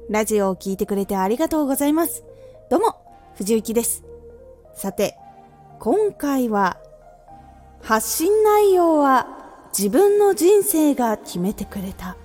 ラジオを聞いてくれてありがとうございます。どうも、藤幸です。さて、今回は発信内容は自分の人生が決めてくれた。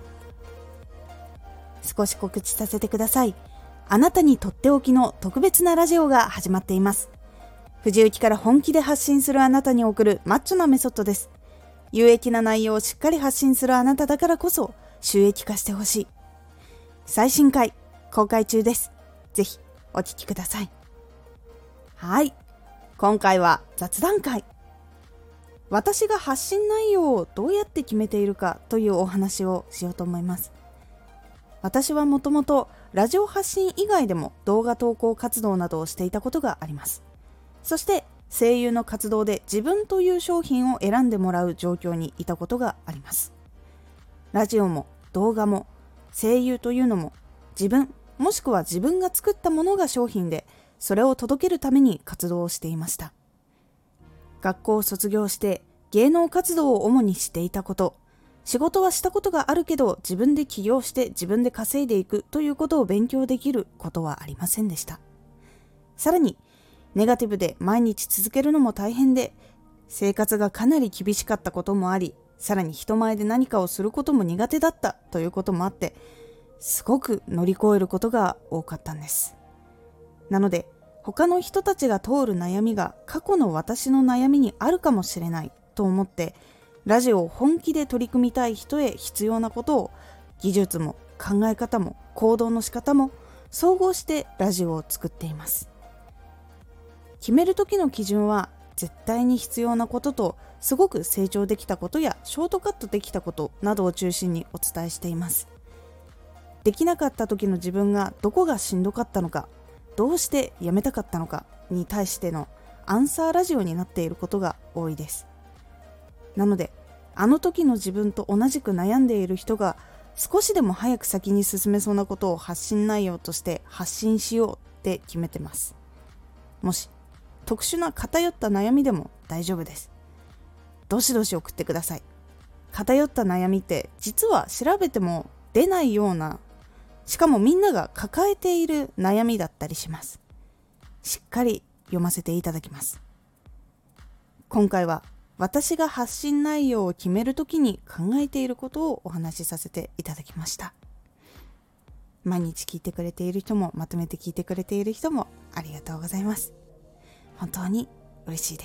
少し告知させてください。あなたにとっておきの特別なラジオが始まっています。藤幸から本気で発信するあなたに送るマッチョなメソッドです。有益な内容をしっかり発信するあなただからこそ収益化してほしい。最新回公開中です。ぜひお聞きください。はい、今回は雑談会。私が発信内容をどうやって決めているかというお話をしようと思います。私はもともとラジオ発信以外でも動画投稿活動などをしていたことがあります。そして声優の活動で自分という商品を選んでもらう状況にいたことがあります。ラジオも動画も声優というのも自分もしくは自分が作ったものが商品で、それを届けるために活動をしていました。学校を卒業して芸能活動を主にしていたこと、仕事はしたことがあるけど自分で起業して自分で稼いでいくということを勉強できることはありませんでした。さらにネガティブで毎日続けるのも大変で、生活がかなり厳しかったこともあり、さらに人前で何かをすることも苦手だったということもあって、すごく乗り越えることが多かったんです。なので他の人たちが通る悩みが過去の私の悩みにあるかもしれないと思って、ラジオを本気で取り組みたい人へ必要なことを、技術も考え方も行動の仕方も総合してラジオを作っています。決める時の基準は絶対に必要なことと、すごく成長できたことやショートカットできたことなどを中心にお伝えしています。できなかった時の自分がどこがしんどかったのか、どうしてやめたかったのかに対してのアンサーラジオになっていることが多いです。なのであの時の自分と同じく悩んでいる人が少しでも早く先に進めそうなことを発信内容として発信しようって決めてます。もし特殊な偏った悩みでも大丈夫です。どしどし送ってください。偏った悩みって実は調べても出ないような、しかもみんなが抱えている悩みだったりします。しっかり読ませていただきます。今回は私が発信内容を決めるときに考えていることをお話しさせていただきました。毎日聞いてくれている人もまとめて聞いてくれている人もありがとうございます。本当に嬉しいです。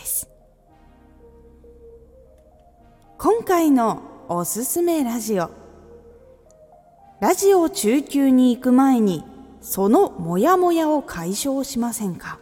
今回のおすすめラジオ。ラジオ中級に行く前にそのモヤモヤを解消しませんか？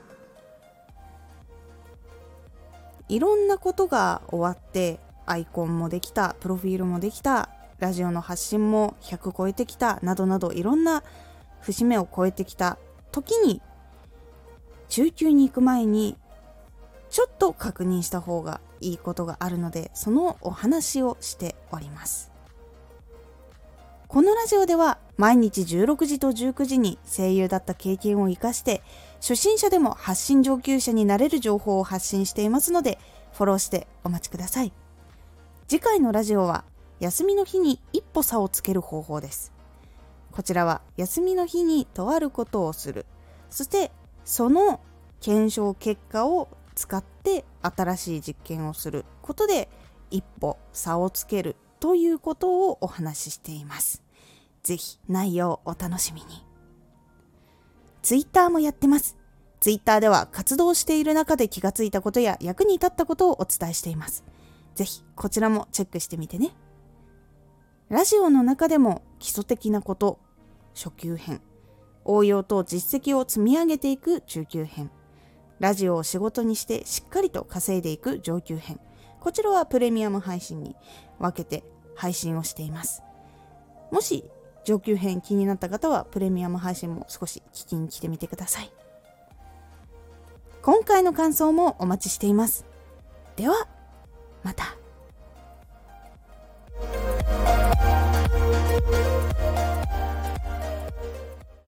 いろんなことが終わって、アイコンもできた、プロフィールもできた、ラジオの発信も100超えてきたなどなど、いろんな節目を超えてきた時に、中級に行く前にちょっと確認した方がいいことがあるので、そのお話をしております。このラジオでは毎日16時と19時に声優だった経験を生かして、初心者でも発信上級者になれる情報を発信していますので、フォローしてお待ちください。次回のラジオは休みの日に一歩差をつける方法です。こちらは休みの日にとあることをする、そしてその検証結果を使って新しい実験をすることで一歩差をつけるということをお話ししています。ぜひ内容をお楽しみに。ツイッターもやってます。ツイッターでは活動している中で気がついたことや役に立ったことをお伝えしています。ぜひこちらもチェックしてみてね。ラジオの中でも基礎的なこと、初級編、応用と実績を積み上げていく中級編、ラジオを仕事にしてしっかりと稼いでいく上級編、こちらはプレミアム配信に分けて配信をしています。もし上級編気になった方はプレミアム配信も少し聞きに来てみてください。今回の感想もお待ちしています。ではまた。